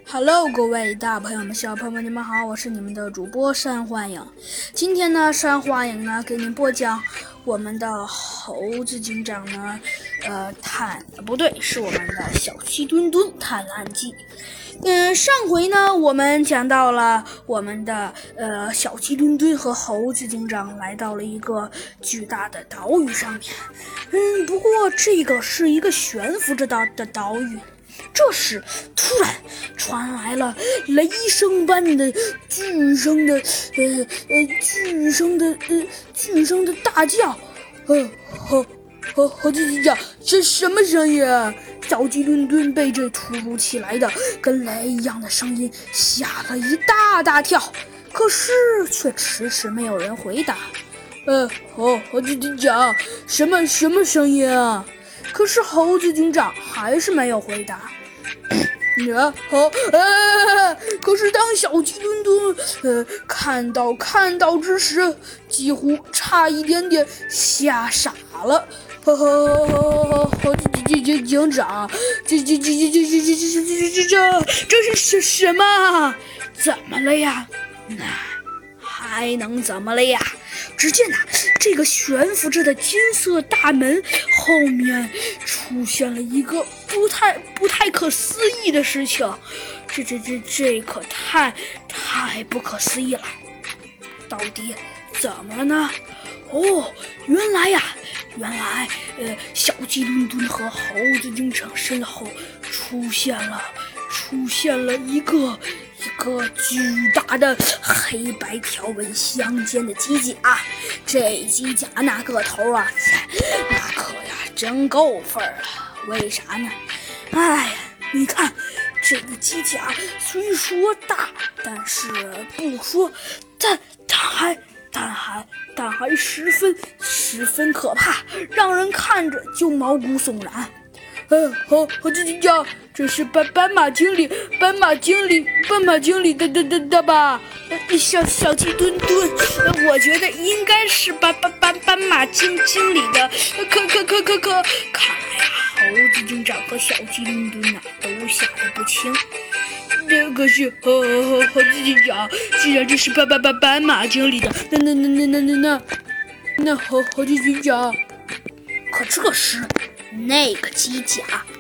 Hello，各位大朋友们、小朋友们，你们好，我是你们的主播山幻影。今天呢，山幻影呢给您播讲我们的猴子警长呢，是我们的小鸡墩墩探案记。上回呢，我们讲到了我们的小鸡墩墩和猴子警长来到了一个巨大的岛屿上面。不过这个是一个悬浮着的岛屿。这时，突然传来了雷声般的巨声的大叫。猴子警长，这什么声音啊？小鸡墩墩被这突如其来的跟雷一样的声音吓了一大跳，可是却迟迟没有人回答。猴子警长，什么声音啊？可是猴子警长还是没有回答。可是当小鸡墩墩看到之时，几乎差一点点吓傻了。猴子警长，这是什么？怎么了呀？还能怎么了呀？只见这个悬浮着的金色大门后面出现了一个不太可思议的事情，这可太不可思议了！到底怎么了呢？原来小鸡墩墩和猴子警长身后出现了一个巨大的黑白条纹相间的机甲。这机甲那个头啊，那可呀真够份儿了。为啥呢？你看这个机甲虽说大，但是不说，但还十分可怕，让人看着就毛骨悚然。猴子警长，这是斑马经理的吧？小鸡墩墩，我觉得应该是斑马经理的。可，看来猴子警长和小鸡墩墩都吓得不轻。可是猴子警长，既然这是斑马经理的，那猴子警长，可这时那个机甲